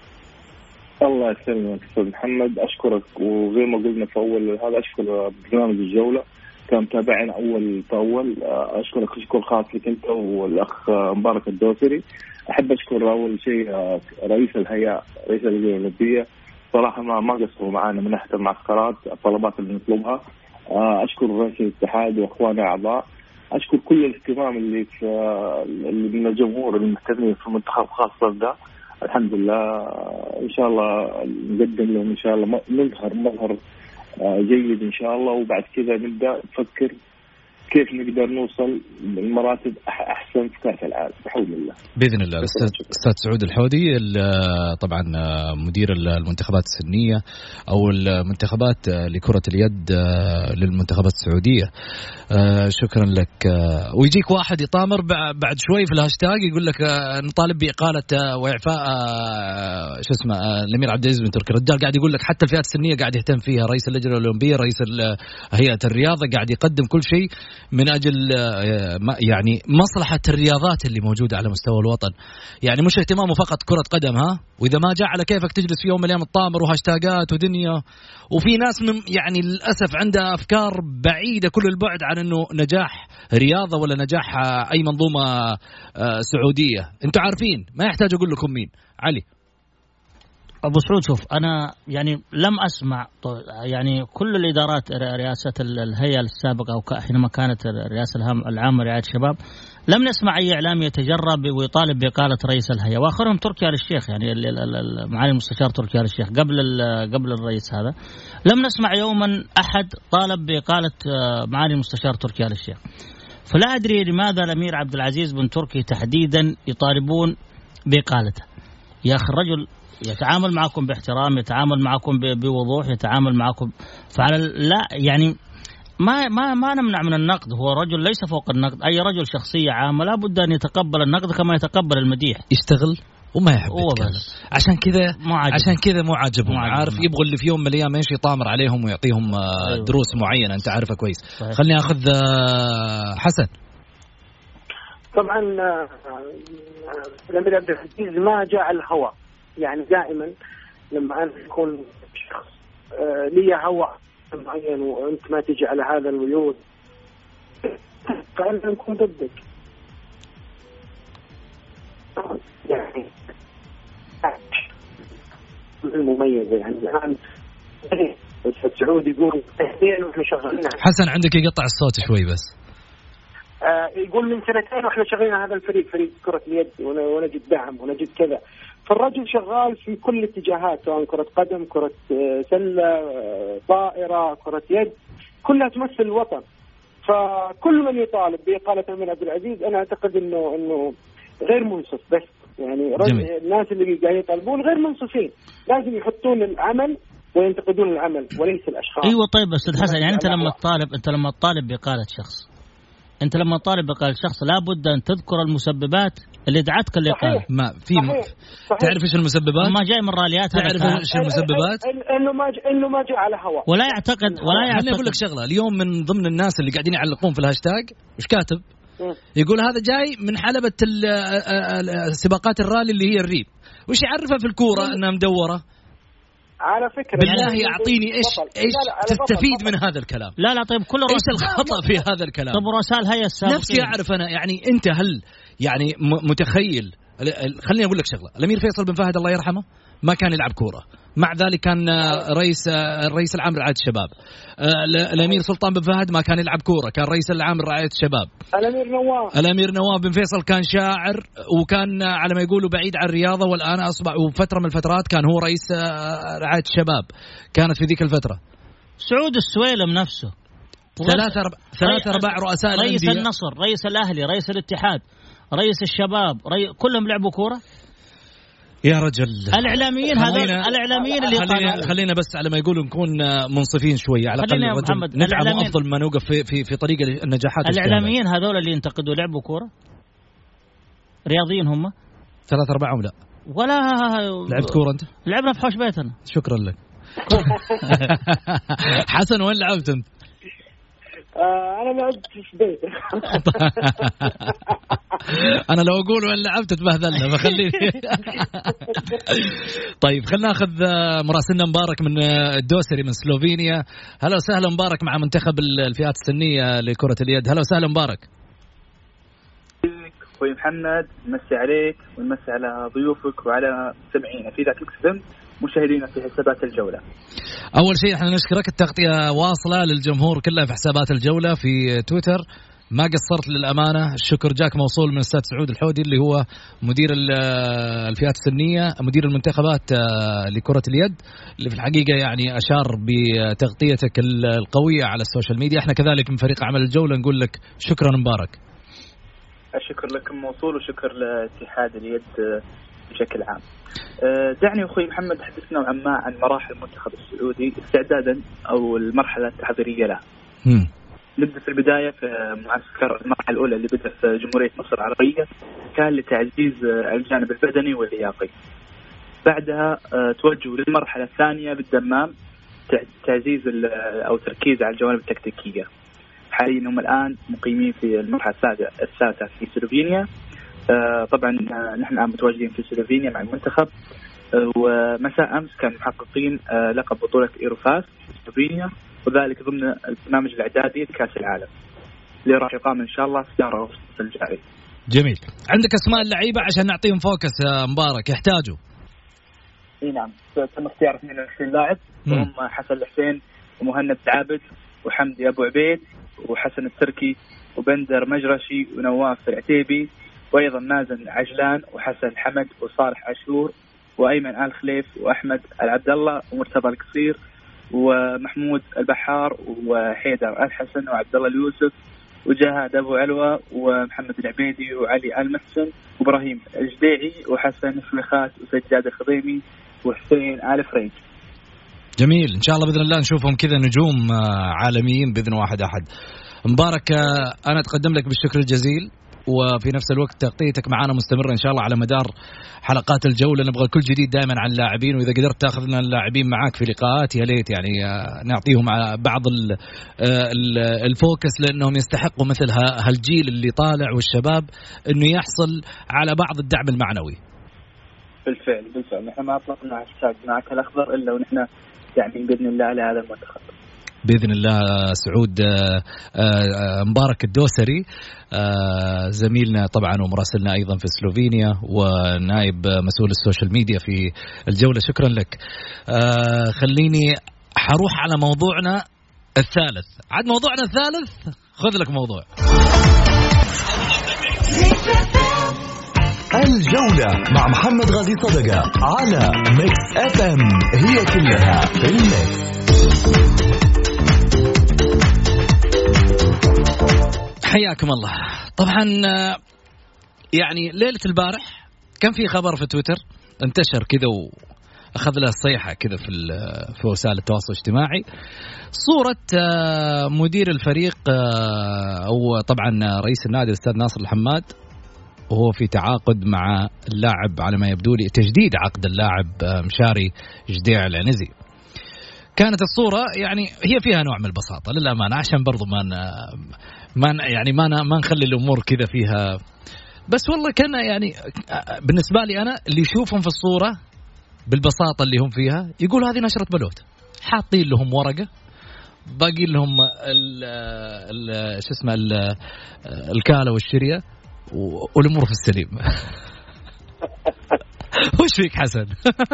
الله يسلمك أستاذ محمد، أشكرك. وزي ما قلنا في أول هذا أشكر برنامج الجولة كان متابعين أول فأول. أشكرك شكر خاص لك أنت والأخ مبارك الدوسري. أحب أشكر أول شيء رئيس الهيئة رئيس اللجنة الأولمبية، صراحة ما ما قصروا معنا من ناحية المعسكرات الطلبات اللي نطلبها. أشكر رئيس الاتحاد وأخواني أعضاء. أشكر كل الاهتمام اللي في اللي من الجمهور المهتمين في المنتخب خاصة ده. الحمد لله إن شاء الله نقدم لهم إن شاء الله نظهر مظهر جيد إن شاء الله، وبعد كذا نبدأ نفكر كيف نقدر نوصل لمراتب أحسن في كأس العالم بحول الله بإذن الله. أستاذ سعود الحودي طبعا مدير المنتخبات السنية أو المنتخبات لكرة اليد للمنتخبات السعودية، شكرا لك. ويجيك واحد يطامر بعد شوي في الهاشتاج يقول لك نطالب بإقالة وإعفاء شو اسمه الأمير عبد العزيز بن تركي. الرجال قاعد يقول لك حتى الفئات السنية قاعد يهتم فيها، رئيس اللجنة الأولمبية، رئيس هيئة الرياضة قاعد يقدم كل شيء من أجل يعني مصلحة الرياضات اللي موجودة على مستوى الوطن. يعني مش اهتمامه فقط كرة قدم، ها، وإذا ما جاء على كيفك تجلس في يوم من الأيام الطامر وهاشتاجات ودنيا. وفي ناس من يعني للأسف عندها أفكار بعيدة كل البعد عن أنه نجاح رياضة ولا نجاح أي منظومة سعودية. أنتوا عارفين، ما يحتاج أقول لكم مين. علي أبو سعود، شوف أنا يعني لم أسمع يعني كل الإدارات رئاسة الهيئة السابقة أو حينما كانت الرئاسة العامة لرعاية الشباب لم نسمع أي إعلام يتجرب ويطالب بإقالة رئيس الهيئة، وآخرهم تركي آل الشيخ، يعني معالي المستشار تركي آل الشيخ قبل قبل الرئيس هذا لم نسمع يوما أحد طالب بإقالة معالي المستشار تركي آل الشيخ. فلا أدري لماذا الأمير عبد العزيز بن تركي تحديدا يطالبون بإقالته. يا أخي الرجل يتعامل معكم باحترام، يتعامل معكم بوضوح، يتعامل معكم فعلى لا يعني ما ما ما نمنع من النقد، هو رجل ليس فوق النقد، أي رجل شخصية عامة لا بد أن يتقبل النقد كما يتقبل المديح. يشتغل وما يحب يتكلم، عشان كذا عشان كذا مو عاجبهم، عارف يبغوا اللي في يوم من الأيام ايش يطامر عليهم ويعطيهم أيوه. دروس معينة أنت عارفها كويس. صحيح. خلني أخذ حسن. طبعا الأمير عبد العزيز ما جاء على الهواء، يعني دائما لما أنا يكون شخص لي هوى معين وأنت ما تجي على هذا الويود فأنا نكون ضدك. يعني المميزة يعني الآن السعودي يقول سنتين وإحنا شغالين. حسن عندك يقطع الصوت شوي بس. آه يقول من سنتين وإحنا شغالين هذا الفريق، فريق كرة اليد، ونجد دعم ونجد كذا. فالرجل شغال في كل الاتجاهات، سواء كرة قدم، كرة سلة، طائرة، كرة يد، كلها تمثل الوطن. فكل من يطالب بإقالة الأمير عبد العزيز أنا أعتقد إنه إنه غير منصف، بس يعني الناس اللي قاعدين يطالبون غير منصفين، لازم يحطون العمل وينتقدون العمل وليس الأشخاص. أيوة طيب أستاذ حسن، يعني أنت لما تطالب أنت لما تطالب بإقالة شخص أنت لما تطالب بإقالة شخص لابد أن تذكر المسببات اللي دعتك الإقالة. ما في م... تعرف إيش المسببات؟ ما جاي من راليات. تعرف إيش المسببات؟ إنه ما ج... إنه ما جاء على هواء. ولا يعتقد ولا يعتقد. أنا أقول لك شغلة، اليوم من ضمن الناس اللي قاعدين يعلقون في الهاشتاج إيش كاتب؟ يقول هذا جاي من حلبة السباقات الرالي اللي هي الريب، وش يعرفها في الكورة أنها مدورة؟ على فكرة بالله يعطيني إيش إيش تستفيد من هذا الكلام؟ لا لا طيب كل إيش الخطأ في هذا الكلام؟ طب رؤساء الهيئة السابقين نفسي أعرف أنا، يعني أنت هل يعني متخيل؟ خليني أقول لك شغلة، الأمير فيصل بن فهد الله يرحمه ما كان يلعب كورة، مع ذلك كان رئيس الرئيس العام لرعاية الشباب. الأمير سلطان بن فهد ما كان يلعب كورة، كان رئيس العام لرعاية الشباب. الأمير نواف الأمير نواف بن فيصل كان شاعر وكان على ما يقولوا بعيد عن الرياضة، والآن أصبح وفترة من الفترات كان هو رئيس رعاية الشباب، كانت في ذيك الفترة. سعود السويلم نفسه، ثلاثة أربع ثلاثة أربع رؤساء رئيس الأندية. النصر، رئيس الأهلي، رئيس الاتحاد، رئيس الشباب، رئيس كلهم لعبوا كورة يا رجل. الإعلاميين هذول الإعلاميين اللي خلينا, خلينا بس على ما يقولوا نكون منصفين شوية على الأقل ندعم أفضل ما نوقف في في في طريق النجاحات. الإعلاميين هذول اللي ينتقدوا لعبوا كورة رياضيين هم ثلاثة أربعة لا ولا لعبت كورة أنت؟ لعبنا في حوش بيتنا. شكرا لك. حسن وين لعبت أنت؟ آه أنا لعبت في بيتي. أنا لو أقول وين لعبت تبهذلنا فخليني. طيب خلنا ناخذ مراسلنا مبارك من الدوسري من سلوفينيا. هلا وسهلا مبارك مع منتخب الفئات السنية لكرة اليد. هلا وسهلا مبارك. أخوي محمد نمسي عليك ونمسي على ضيوفك وعلى سمعينا في ذاك القسم مشاهدينا في حسابات الجولة. أول شيء احنا نشكرك، التغطية واصلة للجمهور كلها في حسابات الجولة في تويتر، ما قصرت للأمانة. الشكر جاك موصول من الأستاذ سعود الحودي اللي هو مدير الفئات السنية، مدير المنتخبات لكرة اليد، اللي في الحقيقة يعني أشار بتغطيتك القوية على السوشيال ميديا. احنا كذلك من فريق عمل الجولة نقول لك شكرا مبارك. الشكر لكم موصول وشكر لاتحاد اليد بشكل عام. دعني أخوي محمد حدث نوعا ما عن مراحل المنتخب السعودي استعدادا أو المرحلة التحضيرية له. م. نبدأ في البداية في معسكر المرحلة الأولى اللي بدأ في جمهورية مصر العربية، كان لتعزيز الجانب البدني واللياقي. بعدها توجهوا للمرحلة الثانية بالدمام، تعزيز أو تركيز على الجوانب التكتيكية. حاليا هم الآن مقيمين في المرحلة الثالثة في سلوفينيا. طبعا نحن الآن متواجدين في سلوفينيا مع المنتخب، ومساء أمس كانوا محققين لقب بطولة إيروفاس في سلوفينيا، وذلك ضمن البرنامج الإعدادي لكأس العالم اللي راح يقام إن شاء الله في شهر أغسطس الجاري. جميل. عندك أسماء اللعيبة عشان نعطيهم فوكس مبارك يحتاجوا؟ إيه نعم، تم اختيار اثنين وعشرين لاعب، هم حسن الحسين ومهند عابد وحمدي أبو عبيد وحسن التركي وبندر مجرشي ونواف العتيبي، وأيضا مازن عجلان وحسن حمد وصالح عاشور وأيمن آل خليف وأحمد العبد الله ومرتضى القصير ومحمود البحار وحيدر الحسن وعبد الله اليوسف وجهاد أبو علوة ومحمد العبيدي وعلي المحسن وإبراهيم الجديعي وحسن الشلخات وسجاد الخضيمي وحسين آل فريج. جميل، إن شاء الله بإذن الله نشوفهم كذا نجوم عالميين بإذن واحد أحد. مبارك أنا أتقدم لك بالشكر الجزيل، وفي نفس الوقت تغطيتك معنا مستمرة إن شاء الله على مدار حلقات الجولة. نبغى كل جديد دائما عن اللاعبين، وإذا قدرت تأخذنا اللاعبين معاك في لقاءات يا ليت يعني نعطيهم بعض الفوكس، لأنهم يستحقوا مثل هالجيل اللي طالع والشباب إنه يحصل على بعض الدعم المعنوي. بالفعل بالفعل نحن ما أطلقنا هاشتاج معك الأخضر إلا ونحن يعني بإذن الله على هذا المنتخب بإذن الله. سعود مبارك الدوسري زميلنا طبعا ومراسلنا أيضا في سلوفينيا ونائب مسؤول السوشيال ميديا في الجولة، شكرا لك. خليني حروح على موضوعنا الثالث. عاد موضوعنا الثالث خذ لك موضوع الجولة مع محمد غازي صدقة على ميكس اف ام، هي كلها في الميكس. حياكم الله. طبعا يعني ليلة البارح كان في خبر في تويتر انتشر كذا وأخذ له الصيحة كذا في في وسائل التواصل الاجتماعي، صورة مدير الفريق أو طبعا رئيس النادي الأستاذ ناصر الحماد وهو في تعاقد مع اللاعب على ما يبدو لي تجديد عقد اللاعب مشاري جديع العنزي. كانت الصورة يعني هي فيها نوع من البساطة للأمانة، عشان برضو ما ما يعني ما ما نخلي الأمور كذا فيها، بس والله كان يعني بالنسبة لي أنا اللي يشوفهم في الصورة بالبساطة اللي هم فيها يقول هذه نشرة بلوت، حاطين لهم ورقة باقي لهم ال ال شو اسمه الكالة والشرية والأمور في السليم. وش فيك حسن؟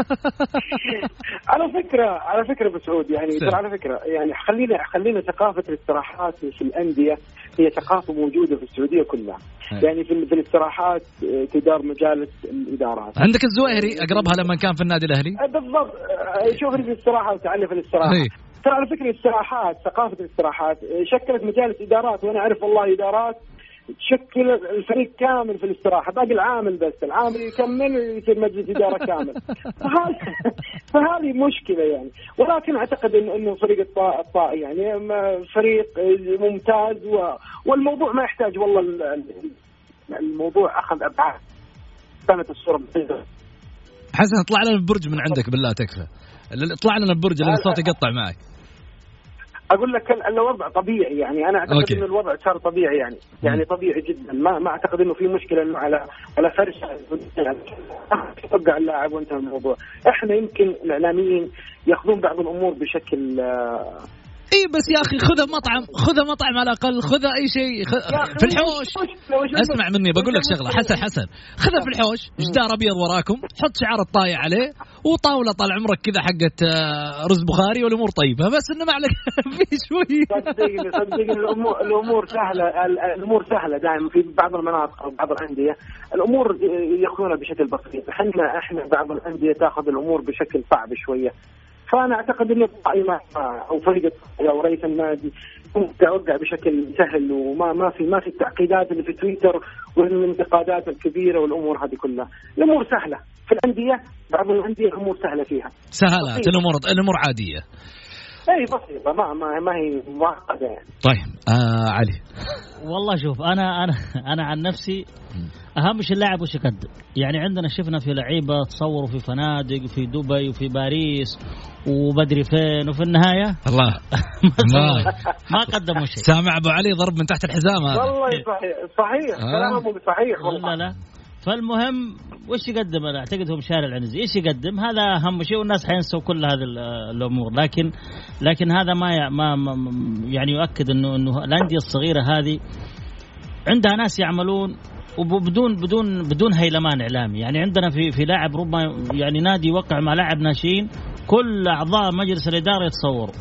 على فكرة على فكرة بسعود يعني ترى على فكرة يعني خلينا خلينا ثقافة الاستراحات في الأندية هي ثقافة موجودة في السعودية كلها. يعني في في الاستراحات تدار مجالس الإدارات. عندك الزويري أقربها لما كان في النادي الأهلي. بالضبط. شوف في الاستراحة وتعلم في الاستراحة. ترى على فكرة الاستراحات ثقافة الاستراحات شكلت مجالس إدارات، وأنا أعرف والله إدارات تشكل الفريق كامل في الاستراحة، باقي العامل بس العامل يكمل يصير مجلس إدارة كامل. فهذه مشكلة يعني، ولكن أعتقد إنه إنه فريق الطاء الطاء يعني فريق ممتاز، والموضوع ما يحتاج والله الموضوع أخذ أبعاد. كانت الصورة بسيطة. حسن اطلع لنا البرج من عندك بالله تكفى، اطلع لنا البرج لأن الصوت يقطع معك. أقول لك الوضع طبيعي يعني، أنا أعتقد أوكي. إنه الوضع صار طبيعي يعني يعني طبيعي جدا، ما ما أعتقد إنه في مشكلة إنه على على فرش توقع اللاعب وانتهى الموضوع. إحنا يمكن الإعلاميين يأخذون بعض الأمور بشكل اي بس يا اخي خذها مطعم، خذها مطعم على الاقل، خذها اي شيء خ... في الحوش. اسمع مني بقول لك شغله حسن حسن خذها في الحوش، جدار ابيض وراكم، حط شعار الطايع عليه وطاوله طال عمرك كذا حقت رز بخاري والامور طيبه، بس انه ما عليك في شوي. صدقني صدقني الامور الامور سهله، الامور سهله دائما في بعض المناطق او بعض الانديه الامور ياخذونها بشكل بسيط. احنا احنا بعض الانديه تاخذ الامور بشكل صعب شويه. فأنا أعتقد أن القائمة أو فريق أو رئيس النادي توقع بشكل سهل، وما ما في ما في التعقيدات اللي في تويتر والانتقادات الكبيرة والأمور هذه كلها. الأمور سهلة في الأندية، بعض الأندية الأمور سهلة فيها، سهلات الأمور الأمور عادية، أي بسيطة، ما ما ما هي معقدة يعني. طيب آه علي، والله شوف أنا أنا أنا عن نفسي أهم شيء اللاعب وش يقدم. يعني عندنا شفنا في لعيبة تصوروا في فنادق في دبي وفي باريس وبدري فين، وفي النهاية الله ما, ما قدموا شيء. سامع أبو علي ضرب من تحت الحزام هذا. والله صحيح صحيح كلامه صحيح والله. لا لا فالمهم وش يقدم؟ أنا أعتقد هو مشاري العنزي إيش يقدم، هذا أهم شيء، والناس حينسوا كل هذه الأمور. لكن لكن هذا ما ما يعني يؤكد إنه إنه الأندية الصغيرة هذه عندها ناس يعملون وبدون بدون بدون هيلمان إعلامي. يعني عندنا في في لاعب ربما يعني نادي يوقع مع لاعب ناشئين، كل أعضاء مجلس الإدارة يتصوروا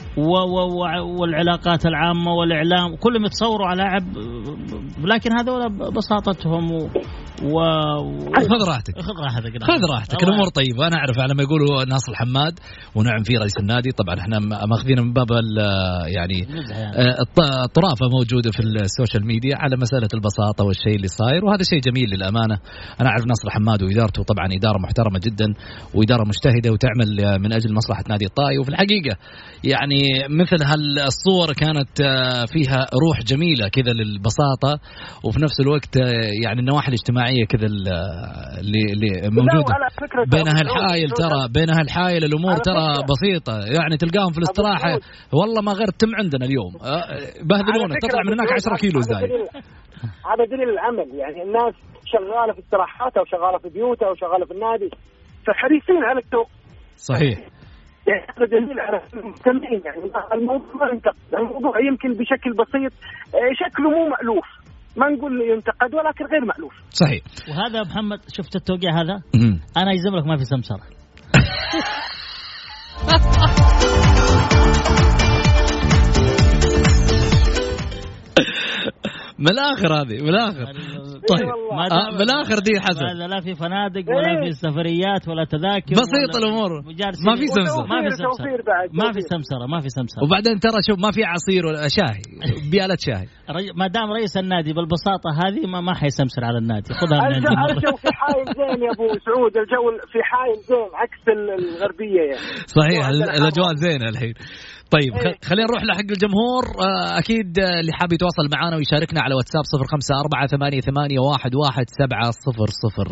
والعلاقات العامة والإعلام كلهم يتصوروا على لاعب، لكن هذول بساطتهم و و خذ راحتك خذ راحتك خذ راحتك الأمور طيبة. أنا أعرف على ما يقولوا ناصر الحماد ونعم فيه رئيس النادي، طبعا احنا ماخذين من باب يعني الطرافة موجودة في السوشيال ميديا على مسألة البساطة والشيء اللي صاير، وهذا شيء جميل للأمانة. أنا أعرف ناصر الحماد وإدارته طبعا إدارة محترمة جدا وإدارة مجتهدة وتعمل من أجل مصلحة نادي الطائي. وفي الحقيقة يعني مثل هالصور كانت فيها روح جميلة كذا للبساطة، وفي نفس الوقت يعني النواحي الاجتماعية كذا اللي موجودة بينها الحايل، ترى بينها الحايل الأمور ترى بسيطة. يعني تلقاهم في الاستراحة والله ما غير تم عندنا اليوم بهذلونا، تطلع من هناك عشرة كيلو زايد. هذا دليل العمل، يعني الناس شغالة في استراحاتها وشغالة في بيوتها وشغالة في النادي، فحريصين على التوقف. صحيح. يعني هذا دليل على المهتمين. يعني الموضوع الموضوع يمكن بشكل بسيط شكله مو مألوف، ما نقول ينتقد ولكن غير مألوف. صحيح. وهذا محمد شفت التوقيع هذا أنا يلزم لك ما في سمسرة. من الآخر هذه من الآخر. طيب آه من الآخر دي حسن، لا في فنادق ولا في سفريات ولا تذاكر، بسيطة الأمور، ما في سمسرة ما في سمسرة ما في سمسرة ما في سمسرة. وبعدين ترى شوف ما في عصير ولا شاي، بيالة شاي. ما دام رئيس النادي بالبساطة هذه ما ما حيسمسر على النادي. خذها من عندي. الجو في حايل زين يا أبو سعود، الجو في حايل زين عكس الغربية يعني. صحيح الأجواء زينة الحين. طيب خلينا نروح لحق الجمهور. أكيد اللي حاب يتواصل معنا ويشاركنا على واتساب صفر خمسة أربعة ثمانية ثمانية واحد واحد سبعة صفر صفر.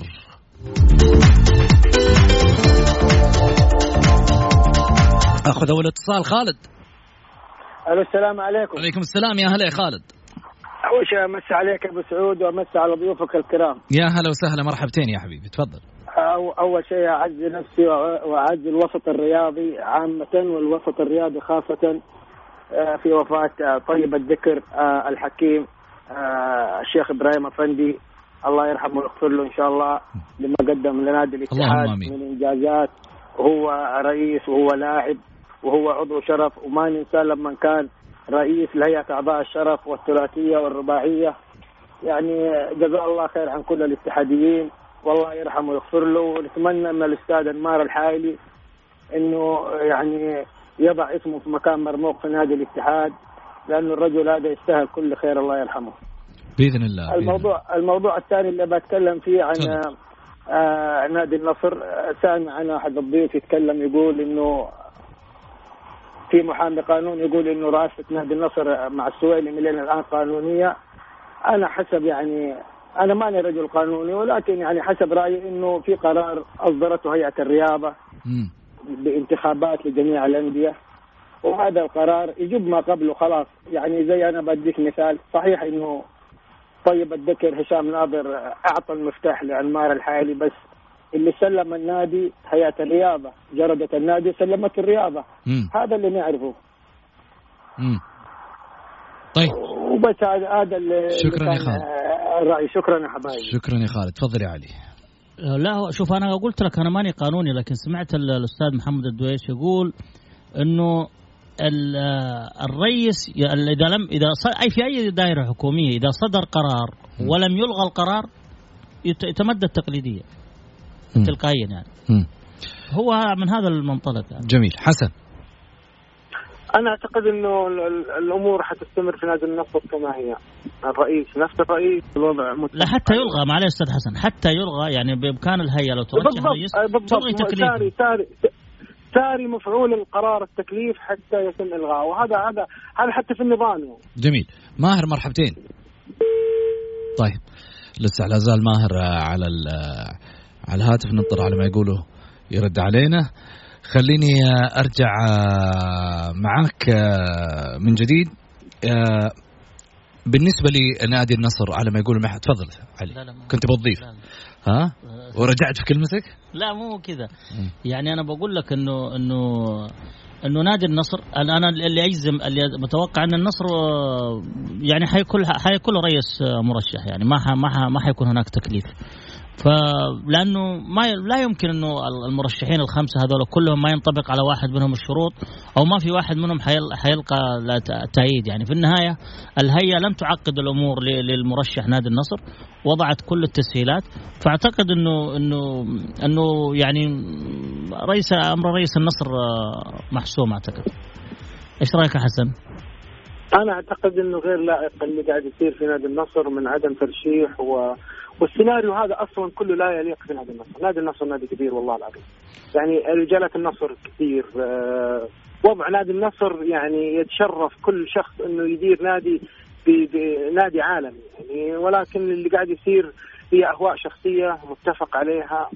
أخذ أول اتصال. خالد. ألو السلام عليكم. عليكم السلام يا هلا يا خالد. أول شيء أمسي عليك أبو سعود وأمسي على ضيوفك الكرام. يا هلا وسهلا مرحبتين يا حبيبي تفضل. أو أول شيء أعزي نفسي وأعزي الوسط الرياضي عامة والوسط الرياضي خاصة في وفاة طيب الذكر الحكيم الشيخ إبراهيم أفندي، الله يرحمه ويغفر له إن شاء الله لما قدم لنادي الاتحاد من إنجازات، وهو رئيس وهو لاعب وهو عضو شرف، وما ننسى لما كان رئيس لهيئة أعضاء الشرف والثلاثية والرباعية. يعني جزاه الله خير عن كل الاتحاديين والله يرحمه ويغفر له. ونتمنى من الأستاذ أنمار الحائلي إنه يعني يضع اسمه في مكان مرموق في نادي الاتحاد، لأنه الرجل هذا يستاهل كل خير الله يرحمه بإذن الله. الموضوع بإذن. الموضوع الثاني اللي بتكلم فيه عن آه نادي النصر. سامع أنا أحد الضيوف يتكلم يقول إنه في محامي قانون يقول إنه رئاسة نادي النصر مع السويلي مليون الآن قانونية. أنا حسب يعني أنا ماني رجل قانوني، ولكن يعني حسب رأيي إنه في قرار أصدرته هيئة الرياضة م. بانتخابات لجميع الأندية، وهذا القرار يجب ما قبله خلاص. يعني زي أنا بديك مثال، صحيح إنه طيب الذكر هشام ناظر أعطى المفتاح لأنمار الحائلي، بس اللي سلم النادي هيئة الرياضة، جردة النادي سلمت الرياضة. م. هذا اللي نعرفه. امم طيب وبس هذا شكرا يا خالد الرأي. شكرا يا حبايبي. شكرا يا خالد. تفضل يا علي. لا شوف أنا قلت لك أنا ماني قانوني، لكن سمعت الأستاذ محمد الدويش يقول إنه الرئيس إذا لم إذا أي في أي دائرة حكومية إذا صدر قرار ولم يلغى القرار يتمدد تقليديا تلقائيا يعني. م. هو من هذا المنطلق يعني. جميل. حسن. أنا أعتقد إنه الأمور حتستمر في نادي النصر كما هي. الرئيس نفس الرئيس الوضع لا حتى يلغى معلش أستاذ حسن حتى يلغى يعني بإمكان الهيئة لو ترشح الرئيس تلغي تكليف. ساري ساري ساري مفعول القرار التكليف حتى يتم إلغاءه، وهذا هذا هذا حتى في النظام. جميل. ماهر مرحبتين. طيب لسه لا زال ماهر على على الهاتف، ننطر على ما يقوله يرد علينا. خليني أرجع معك من جديد. بالنسبة لنادي النصر على ما يقول محمد، تفضل علي. لا لا كنت بتضيف. ها ورجعت في كلمتك؟ لا مو كذا يعني أنا بقول لك إنه إنه إنه نادي النصر أنا اللي أجزم اللي متوقع أن النصر يعني حيكون حيكون رئيس مرشح يعني ما ما ما حيكون هناك تكليف. فلأنه ما لا يمكن إنه المرشحين الخمسة هذول كلهم ما ينطبق على واحد منهم الشروط أو ما في واحد منهم حيلقى تأييد يعني. في النهاية الهيئة لم تعقد الأمور للمرشح نادي النصر، وضعت كل التسهيلات. فأعتقد إنه إنه إنه يعني رئيس أمر رئيس النصر محسوم. أعتقد. إيش رأيك حسن؟ أنا أعتقد إنه غير لائق اللي قاعد يصير في نادي النصر من عدم ترشيح و والسيناريو هذا أصلا كله لا يليق في نادي النصر. نادي النصر نادي كبير والله العظيم يعني رجالة النصر كثير. وضع نادي النصر يعني يتشرف كل شخص إنه يدير نادي بنادي عالمي يعني، ولكن اللي قاعد يصير هي أهواء شخصية متفق عليها،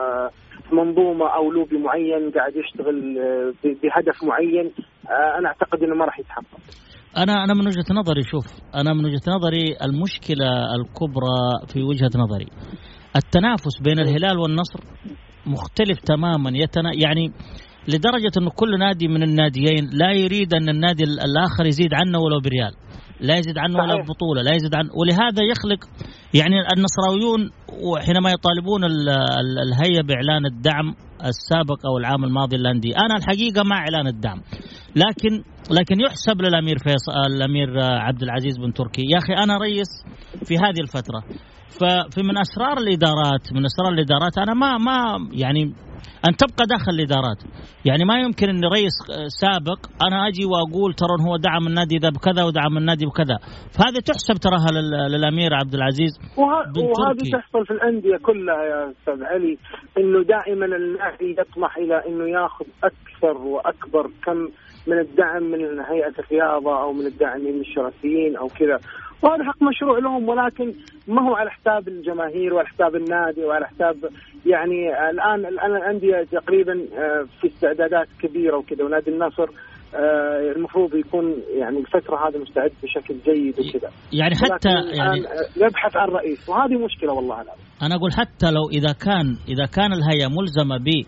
منظومة أو لوبي معين قاعد يشتغل بهدف معين. أنا أعتقد إنه ما راح يتحقق. أنا أنا من وجهة نظري شوف أنا من وجهة نظري المشكلة الكبرى في وجهة نظري التنافس بين الهلال والنصر مختلف تماما يتنا يعني لدرجة أنه كل نادي من الناديين لا يريد أن النادي الآخر يزيد عنه ولو بريال، لا يزيد عنه ولا بطولة، لا يزيد عنه. ولهذا يخلق يعني النصراويون وحينما يطالبون الهيئة بإعلان الدعم السابق أو العام الماضي للاندية، أنا الحقيقة مع إعلان الدعم، لكن لكن يحسب للأمير فيصل الأمير عبد العزيز بن تركي يا أخي أنا رئيس في هذه الفترة. ففي من أسرار الإدارات من أسرار الإدارات أنا ما ما يعني أن تبقى داخل الإدارات يعني ما يمكن أن رئيس سابق أنا أجي وأقول ترى هو دعم النادي ذا بكذا ودعم النادي بكذا، فهذه تحسب تراها للأمير عبد العزيز بن تركي. وهذه تحصل في الأندية كلها يا أستاذ علي، إنه دائما النادي يطمح إلى إنه يأخذ أكثر وأكبر كم من الدعم من هيئة الرياضة أو من الدعم من الشرفيين أو كذا، وهذا حق مشروع لهم، ولكن ما هو على حساب الجماهير وعلى حساب النادي وعلى حساب يعني الآن الآن الأندية تقريبا في استعدادات كبيرة وكذا، ونادي النصر المفروض يكون يعني الفترة هذه مستعد بشكل جيد وكذا يعني حتى يعني يبحث عن رئيس، وهذه مشكلة والله العظيم. أنا أقول حتى لو إذا كان إذا كان الهيئة ملزمة ب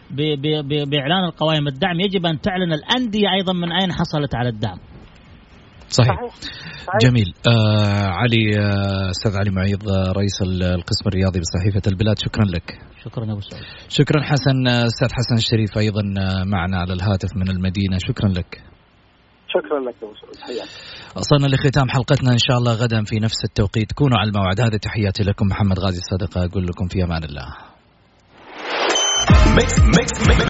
بإعلان القوائم الدعم يجب أن تعلن الأندية أيضا من أين حصلت على الدعم. صحيح. صحيح. جميل. آه علي أستاذ آه علي معيض آه رئيس القسم الرياضي بصحيفة البلاد، شكرا لك. شكرا أبو سعود. شكرا حسن. أستاذ حسن الشريف أيضا معنا على الهاتف من المدينة، شكرا لك. شكرا لك أبو سعود، حياك. وصلنا لختام حلقتنا، إن شاء الله غدا في نفس التوقيت كونوا على الموعد. هذه تحياتي لكم، محمد غازي صدقة، أقول لكم في أمان الله. ميكس ميكس